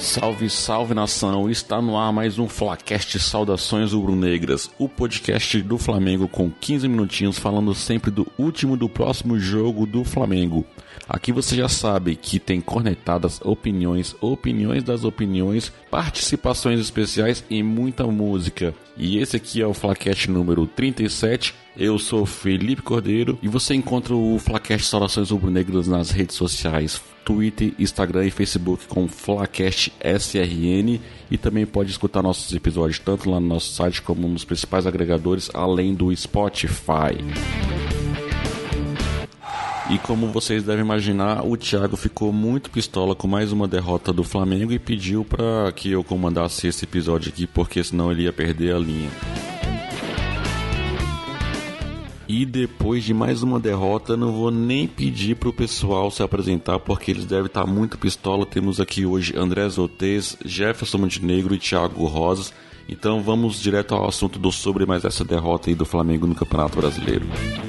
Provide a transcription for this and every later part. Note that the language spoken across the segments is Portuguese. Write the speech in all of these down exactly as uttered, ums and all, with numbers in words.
Salve, salve nação, está no ar mais um Flacast Saudações Rubro-Negras, o podcast do Flamengo com quinze minutinhos falando sempre do último do próximo jogo do Flamengo. Aqui você já sabe que tem cornetadas, opiniões, opiniões das opiniões, participações especiais e muita música. E esse aqui é o Flacast número trinta e sete. Eu sou Felipe Cordeiro e você encontra o Flacast Saudações Rubro-Negras nas redes sociais, Twitter, Instagram e Facebook com Flacast S R N, e também pode escutar nossos episódios tanto lá no nosso site como nos principais agregadores, além do Spotify. E como vocês devem imaginar, o Thiago ficou muito pistola com mais uma derrota do Flamengo e pediu para que eu comandasse esse episódio aqui, porque senão ele ia perder a linha. E depois de mais uma derrota, não vou nem pedir pro pessoal se apresentar, porque eles devem estar muito pistola. Temos aqui hoje André Zotez, Jefferson Montenegro e Thiago Rosas. Então vamos direto ao assunto do sobre mais essa derrota aí do Flamengo no Campeonato Brasileiro.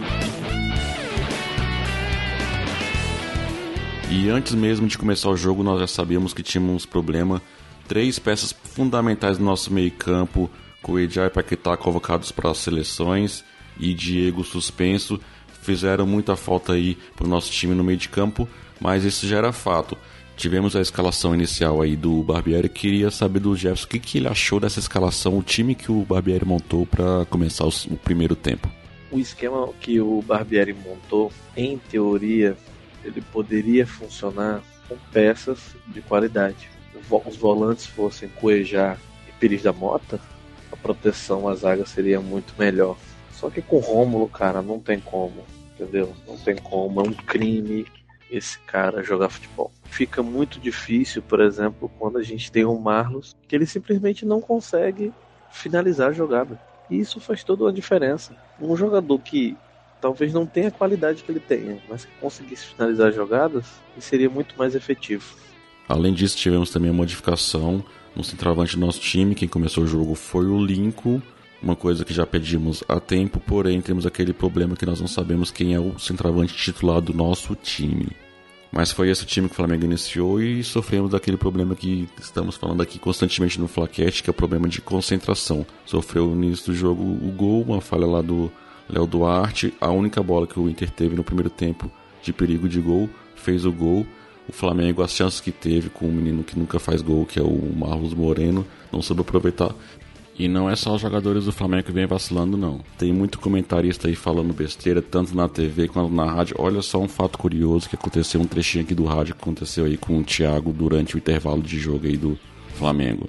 E antes mesmo de começar o jogo, nós já sabíamos que tínhamos problema. Três peças fundamentais do nosso meio campo, Cuejá e Paquetá convocados para as seleções e Diego suspenso, fizeram muita falta aí para o nosso time no meio de campo, mas isso já era fato. Tivemos a escalação inicial aí do Barbieri. Queria saber do Jefferson o que, que ele achou dessa escalação, o time que o Barbieri montou para começar os, o primeiro tempo. O esquema que o Barbieri montou, em teoria, ele poderia funcionar com peças de qualidade. Os volantes fossem Cuejá e Pires da Mota, a proteção à zaga seria muito melhor. Só que com o Rômulo, cara, não tem como, entendeu? Não tem como, é um crime esse cara jogar futebol. Fica muito difícil, por exemplo, quando a gente tem o Marlos, que ele simplesmente não consegue finalizar a jogada. E isso faz toda a diferença. Um jogador que talvez não tenha a qualidade que ele tenha, mas que conseguisse finalizar jogadas, ele seria muito mais efetivo. Além disso, tivemos também a modificação no centroavante do nosso time. Quem começou o jogo foi o Lincoln, uma coisa que já pedimos há tempo, porém temos aquele problema que nós não sabemos quem é o centroavante titular do nosso time. Mas foi esse o time que o Flamengo iniciou e sofremos daquele problema que estamos falando aqui constantemente no Flacast, que é o problema de concentração. Sofreu no início do jogo o gol, uma falha lá do Léo Duarte, a única bola que o Inter teve no primeiro tempo de perigo de gol, fez o gol. O Flamengo, as chances que teve com um menino que nunca faz gol, que é o Marlos Moreno, não soube aproveitar. E não é só os jogadores do Flamengo que vem vacilando, não. Tem muito comentarista aí falando besteira, tanto na T V quanto na rádio. Olha só um fato curioso que aconteceu, um trechinho aqui do rádio que aconteceu aí com o Thiago durante o intervalo de jogo aí do Flamengo.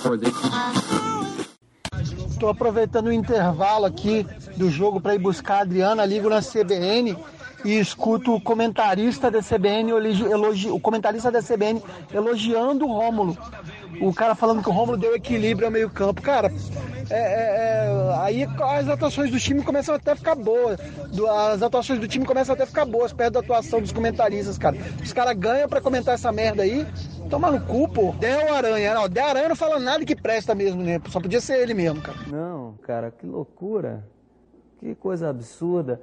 Estou aproveitando o intervalo aqui do jogo para ir buscar a Adriana, ligo na C B N e escuto o comentarista da C B N, elogi... o comentarista da C B N elogiando o Rômulo. O cara falando que o Rômulo deu equilíbrio ao meio campo. Cara, é, é, é, aí as atuações do time começam até a ficar boas. As atuações do time começam até a ficar boas perto da atuação dos comentaristas, cara. Os caras ganham pra comentar essa merda aí. Toma no cu, pô. Del Aranha. Não, Del Aranha não fala nada que presta mesmo, né? Só podia ser ele mesmo, cara. Não, cara, que loucura. Que coisa absurda.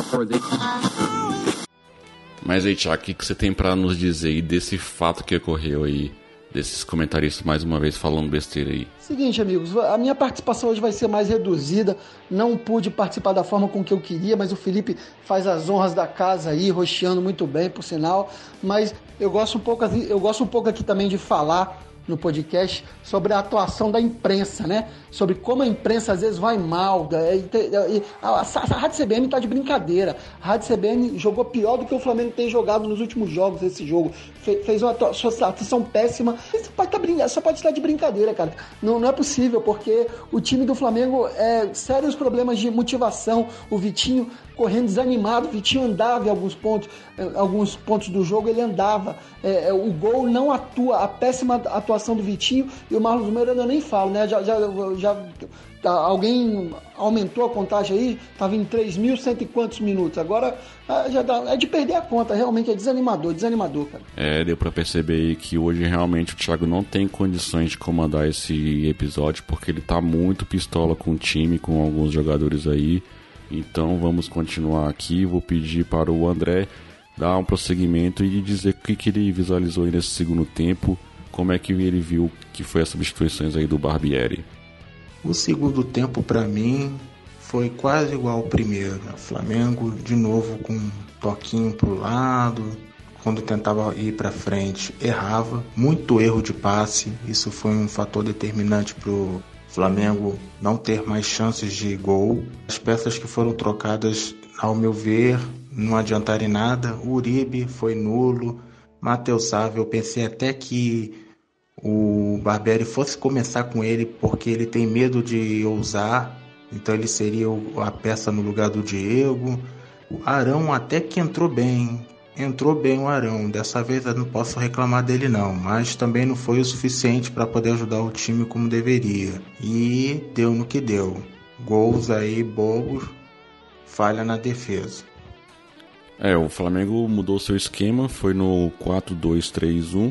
Mas aí, Thiago, o que você tem pra nos dizer aí desse fato que ocorreu aí? Desses comentaristas mais uma vez falando besteira aí. Seguinte, amigos, a minha participação hoje vai ser mais reduzida. Não pude participar da forma com que eu queria, mas o Felipe faz as honras da casa aí, rosteando muito bem, por sinal. Mas eu gosto um pouco, eu gosto um pouco aqui também de falar no podcast sobre a atuação da imprensa, né? Sobre como a imprensa às vezes vai mal. A Rádio C B N tá de brincadeira. A Rádio C B N jogou pior do que o Flamengo tem jogado nos últimos jogos desse jogo. Fez uma atuação péssima. Você pode tá brin... Só pode estar de brincadeira, cara. Não, não é possível, porque o time do Flamengo é sérios problemas de motivação. O Vitinho correndo desanimado, o Vitinho andava em alguns pontos, alguns pontos do jogo, ele andava. É, o gol não atua, a péssima atuação do Vitinho, e o Marlos Moreno eu nem falo, né? Já, já, já alguém aumentou a contagem aí, estava em três mil e cento e quantos minutos. Agora já dá, é de perder a conta, realmente é desanimador, desanimador, cara. É, deu pra perceber aí que hoje realmente o Thiago não tem condições de comandar esse episódio, porque ele tá muito pistola com o time, com alguns jogadores aí. Então vamos continuar aqui. Vou pedir para o André dar um prosseguimento e dizer o que, que ele visualizou aí nesse segundo tempo, como é que ele viu que foi as substituições aí do Barbieri? O segundo tempo, para mim, foi quase igual ao primeiro. O Flamengo, de novo, com um toquinho pro lado. Quando tentava ir para frente, errava. Muito erro de passe. Isso foi um fator determinante pro Flamengo não ter mais chances de gol. As peças que foram trocadas, ao meu ver, não adiantaram em nada. O Uribe foi nulo. Matheus Sávio, eu pensei até que o Barbieri fosse começar com ele porque ele tem medo de ousar, então ele seria a peça no lugar do Diego. O Arão até que entrou bem, entrou bem o Arão, dessa vez eu não posso reclamar dele não, mas também não foi o suficiente para poder ajudar o time como deveria, e deu no que deu, gols aí bobos, falha na defesa. É, o Flamengo mudou seu esquema, foi no quatro dois três um,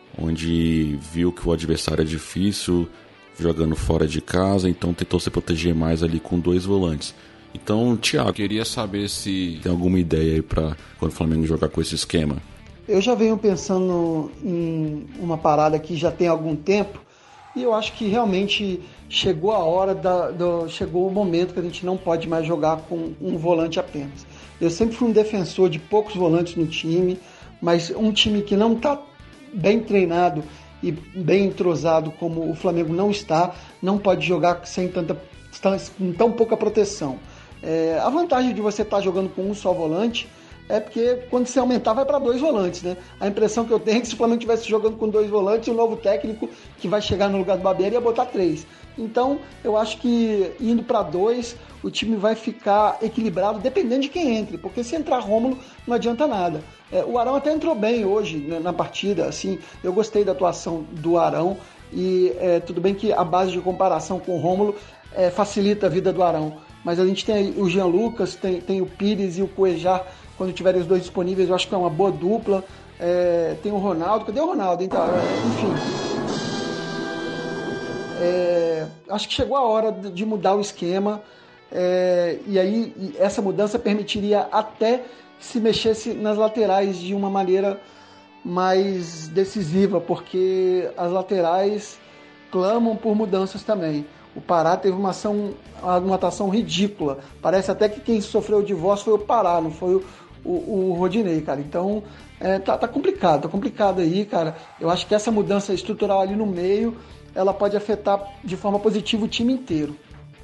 onde viu que o adversário é difícil, jogando fora de casa, então tentou se proteger mais ali com dois volantes. Então, Thiago, queria saber se tem alguma ideia aí para quando o Flamengo jogar com esse esquema. Eu já venho pensando em uma parada que já tem algum tempo, e eu acho que realmente chegou a hora, da, do, chegou o momento que a gente não pode mais jogar com um volante apenas. Eu sempre fui um defensor de poucos volantes no time, mas um time que não está bem treinado e bem entrosado como o Flamengo não está, não pode jogar sem tanta, com tão pouca proteção. É, a vantagem de você estar tá jogando com um só volante é porque quando você aumentar vai para dois volantes, né? A impressão que eu tenho é que se o Flamengo estivesse jogando com dois volantes, o novo técnico que vai chegar no lugar do Barbieri ia botar três. Então eu acho que indo para dois, o time vai ficar equilibrado dependendo de quem entre, porque se entrar Rômulo não adianta nada. É, o Arão até entrou bem hoje, né, na partida, assim, eu gostei da atuação do Arão e é, tudo bem que a base de comparação com o Rômulo é, facilita a vida do Arão, mas a gente tem o Jean Lucas, tem, tem o Pires e o Cuejar, quando tiverem os dois disponíveis, eu acho que é uma boa dupla. É, tem o Ronaldo, cadê o Ronaldo? Então, é, enfim, é, acho que chegou a hora de mudar o esquema, é, e aí essa mudança permitiria até se mexesse nas laterais de uma maneira mais decisiva, porque as laterais clamam por mudanças também. O Pará teve uma ação, uma atuação ridícula. Parece até que quem sofreu o divórcio foi o Pará, não foi o, o, o Rodinei, cara. Então, é, tá, tá complicado, tá complicado aí, cara. Eu acho que essa mudança estrutural ali no meio, ela pode afetar de forma positiva o time inteiro.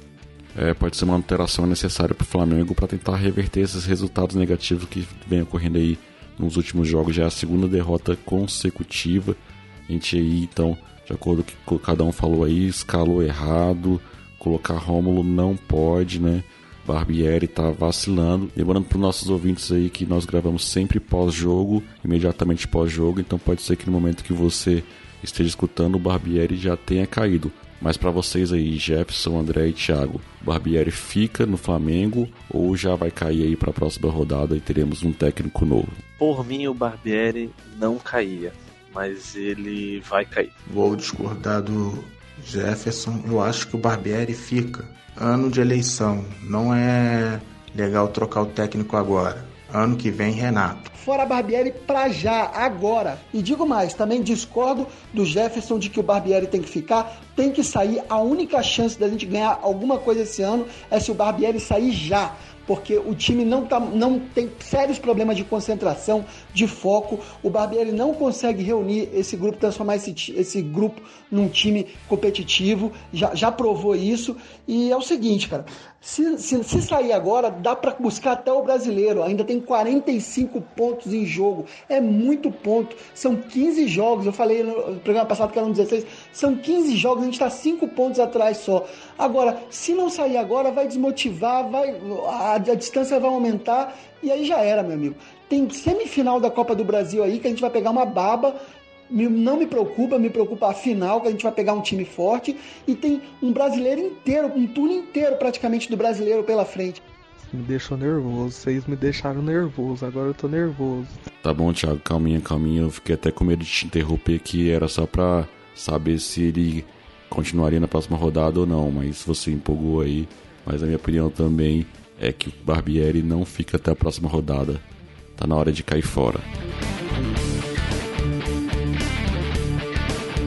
É, pode ser uma alteração necessária para o Flamengo para tentar reverter esses resultados negativos que vem ocorrendo aí nos últimos jogos. Já é a segunda derrota consecutiva. A gente aí, então, de acordo com o que cada um falou aí, escalou errado. Colocar Rômulo não pode, né? Barbieri tá vacilando. Lembrando para os nossos ouvintes aí que nós gravamos sempre pós-jogo, imediatamente pós-jogo. Então pode ser que no momento que você esteja escutando, o Barbieri já tenha caído. Mas para vocês aí, Jefferson, André e Thiago, o Barbieri fica no Flamengo ou já vai cair aí para a próxima rodada e teremos um técnico novo? Por mim, o Barbieri não caía, mas ele vai cair. Vou discordar do Jefferson. Eu acho que o Barbieri fica. Ano de eleição, não é legal trocar o técnico agora. Ano que vem, Renato. Fora Barbieri pra já, agora. E digo mais, também discordo do Jefferson de que o Barbieri tem que ficar, tem que sair. A única chance da gente ganhar alguma coisa esse ano é se o Barbieri sair já. Porque o time não, tá, não tem sérios problemas de concentração, de foco. O Barbieri não consegue reunir esse grupo, transformar esse, esse grupo num time competitivo. Já, já provou isso. E é o seguinte, cara. Se, se, se sair agora, dá para buscar até o brasileiro. Ainda tem quarenta e cinco pontos em jogo. É muito ponto. São quinze jogos. Eu falei no programa passado que eram dezesseis. São quinze jogos. A gente está cinco pontos atrás só. Agora, se não sair agora, vai desmotivar, vai, a, a distância vai aumentar. E aí já era, meu amigo. Tem semifinal da Copa do Brasil aí, que a gente vai pegar uma baba. Não me preocupa, me preocupa a final, que a gente vai pegar um time forte. E tem um brasileiro inteiro, um turno inteiro praticamente do brasileiro pela frente. Me deixou nervoso, vocês me deixaram nervoso, agora eu tô nervoso. Tá bom, Thiago, calminha, calminha. Eu fiquei até com medo de te interromper, que era só pra saber se ele continuaria na próxima rodada ou não. Mas você empolgou aí. Mas a minha opinião também é que o Barbieri não fica até a próxima rodada. Tá na hora de cair fora.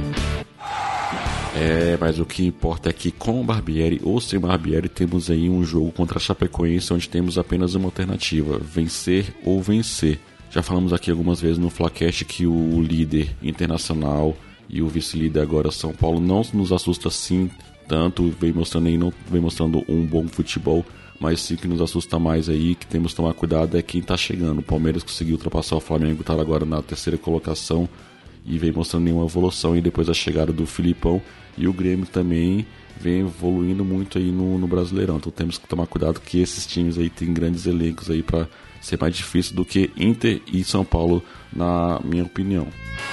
É, mas o que importa é que com o Barbieri ou sem Barbieri temos aí um jogo contra a Chapecoense onde temos apenas uma alternativa, vencer ou vencer. Já falamos aqui algumas vezes no Flacast que o líder internacional e o vice-líder agora São Paulo não nos assusta assim tanto, vem mostrando aí, não vem mostrando um bom futebol, mas sim que nos assusta mais aí, que temos que tomar cuidado é quem tá chegando. O Palmeiras conseguiu ultrapassar o Flamengo, tá agora na terceira colocação e vem mostrando nenhuma evolução, e depois da chegada do Filipão, e o Grêmio também vem evoluindo muito aí no, no Brasileirão. Então temos que tomar cuidado que esses times aí têm grandes elencos aí para ser mais difícil do que Inter e São Paulo, na minha opinião.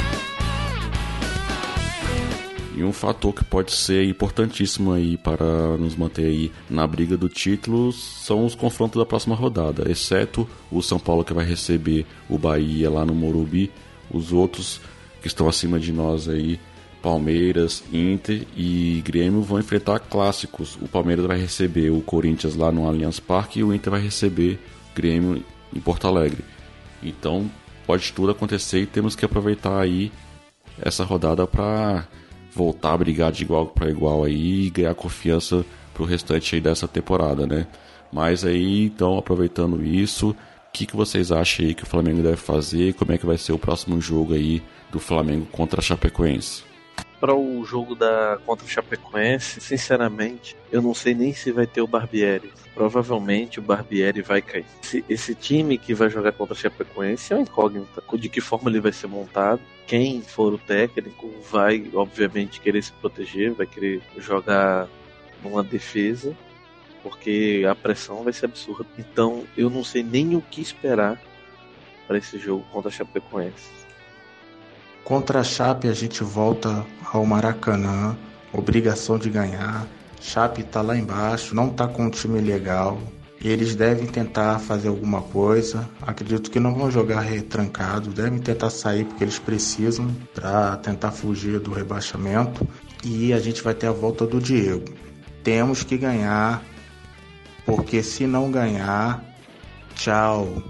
E um fator que pode ser importantíssimo aí para nos manter aí na briga do título são os confrontos da próxima rodada, exceto o São Paulo, que vai receber o Bahia lá no Morumbi. Os outros que estão acima de nós aí, Palmeiras, Inter e Grêmio, vão enfrentar clássicos. O Palmeiras vai receber o Corinthians lá no Allianz Parque e o Inter vai receber o Grêmio em Porto Alegre. Então pode tudo acontecer e temos que aproveitar aí essa rodada para voltar a brigar de igual para igual aí e ganhar confiança pro restante aí dessa temporada, né? Mas aí, então, aproveitando isso, o que, que vocês acham aí que o Flamengo deve fazer? Como é que vai ser o próximo jogo aí do Flamengo contra a Chapecoense? Para o jogo da contra o Chapecoense, sinceramente, eu não sei nem se vai ter o Barbieri. Provavelmente o Barbieri vai cair. Esse, esse time que vai jogar contra a Chapecoense é uma incógnita. De que forma ele vai ser montado? Quem for o técnico vai, obviamente, querer se proteger, vai querer jogar numa defesa, porque a pressão vai ser absurda. Então, eu não sei nem o que esperar para esse jogo contra a Chapecoense. Contra a Chape a gente volta ao Maracanã, obrigação de ganhar. Chape tá lá embaixo, não tá com um time legal. Eles devem tentar fazer alguma coisa. Acredito que não vão jogar retrancado, devem tentar sair porque eles precisam para tentar fugir do rebaixamento. E a gente vai ter a volta do Diego. Temos que ganhar, porque se não ganhar, tchau,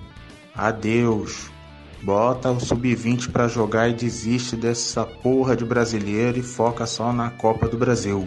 adeus. Bota o sub vinte pra jogar e desiste dessa porra de brasileiro e foca só na Copa do Brasil.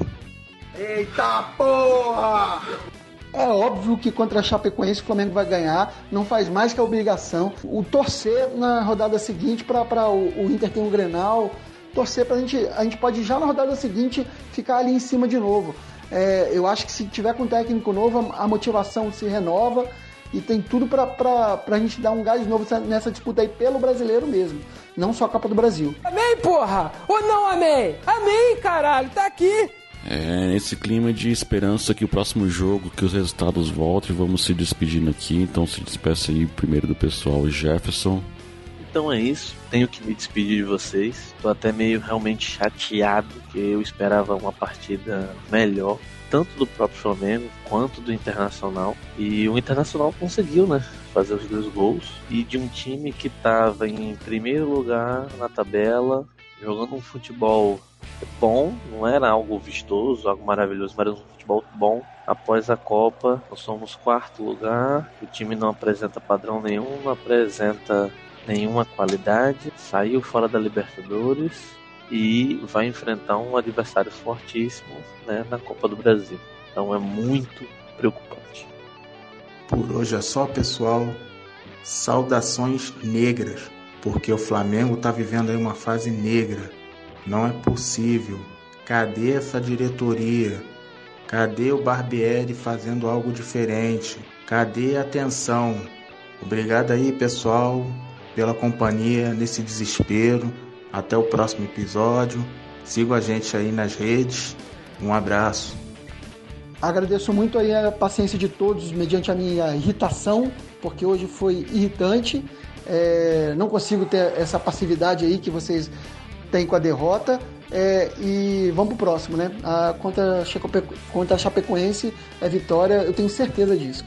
Eita porra! É óbvio que contra a Chapecoense o Flamengo vai ganhar, não faz mais que a obrigação. O torcer na rodada seguinte para o, o Inter ter um Grenal, torcer pra gente, a gente pode já na rodada seguinte ficar ali em cima de novo. É, eu acho que se tiver com um técnico novo, a motivação se renova. E tem tudo pra, pra, pra gente dar um gás novo nessa disputa aí pelo brasileiro mesmo. Não só a Copa do Brasil. Amei, porra! Ou não amei? Amei, caralho! Tá aqui! É, nesse clima de esperança que o próximo jogo, que os resultados voltem, vamos se despedindo aqui. Então se despeça aí primeiro do pessoal, Jefferson. Então é isso, tenho que me despedir de vocês. Tô até meio realmente chateado, porque eu esperava uma partida melhor, tanto do próprio Flamengo quanto do Internacional. E o Internacional conseguiu, né, fazer os dois gols. E de um time que estava em primeiro lugar na tabela, jogando um futebol bom, não era algo vistoso, algo maravilhoso, mas era um futebol bom. Após a Copa, nós somos quarto lugar, o time não apresenta padrão nenhum, não apresenta nenhuma qualidade, saiu fora da Libertadores e vai enfrentar um adversário fortíssimo, né, na Copa do Brasil. Então é muito preocupante. Por hoje é só, pessoal. Saudações negras, porque o Flamengo está vivendo aí uma fase negra. Não é possível. Cadê essa diretoria? Cadê o Barbieri fazendo algo diferente? Cadê a atenção? Obrigado aí, pessoal, pela companhia nesse desespero. Até o próximo episódio. Siga a gente aí nas redes. Um abraço. Agradeço muito aí a paciência de todos mediante a minha irritação, porque hoje foi irritante. É, não consigo ter essa passividade aí que vocês têm com a derrota. É, e vamos pro próximo, né? A, contra, a Chapeco, contra a Chapecoense é vitória, eu tenho certeza disso.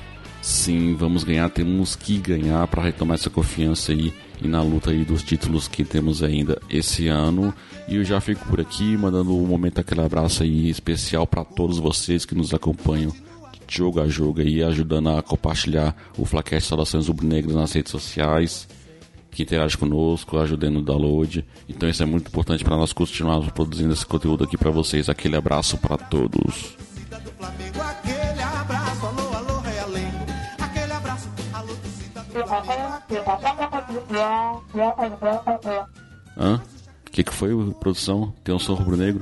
Sim, vamos ganhar, temos que ganhar para retomar essa confiança aí e na luta aí dos títulos que temos ainda esse ano. E eu já fico por aqui mandando um momento, aquele abraço aí especial para todos vocês que nos acompanham de jogo a jogo aí, ajudando a compartilhar o Flacast Saudações Rubro-Negras nas redes sociais. que interage conosco, ajudando no download. Então isso é muito importante para nós continuarmos produzindo esse conteúdo aqui para vocês. Aquele abraço para todos. Hã? O que, que foi, produção? Tem um som rubro-negro?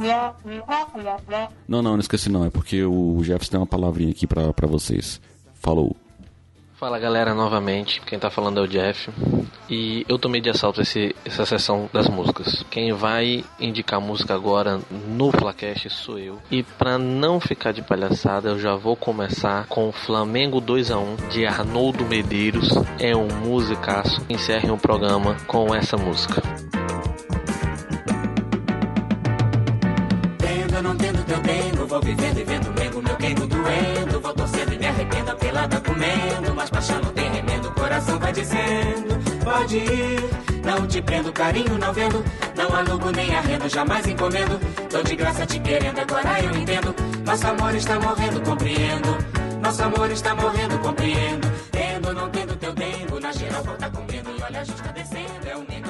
Não, não, não esqueci não. É porque o Jefferson tem uma palavrinha aqui pra, pra vocês. Falou. Fala galera, novamente, quem tá falando é o Jeff. E eu tomei de assalto esse, essa sessão das músicas. Quem vai indicar música agora no Flacast sou eu. E pra não ficar de palhaçada, eu já vou começar com Flamengo dois a um de Arnoldo Medeiros. É um musicaço. Encerrem o programa com essa música. Tendo, não tendo teu dengo, vou vivendo e vendo mengo, meu quengo doendo. Vou torcendo e me arrependo, a pelada comendo. Mas paixão não tem remendo, o coração vai dizendo: pode ir, não te prendo, carinho não vendo. Não alugo nem arrendo, jamais encomendo. Tô de graça te querendo, agora eu entendo. Nosso amor está morrendo, compreendo. Nosso amor está morrendo, compreendo. Tendo, não tendo teu dengo, na geral volta comendo. E olha a justa descendo, é um menino.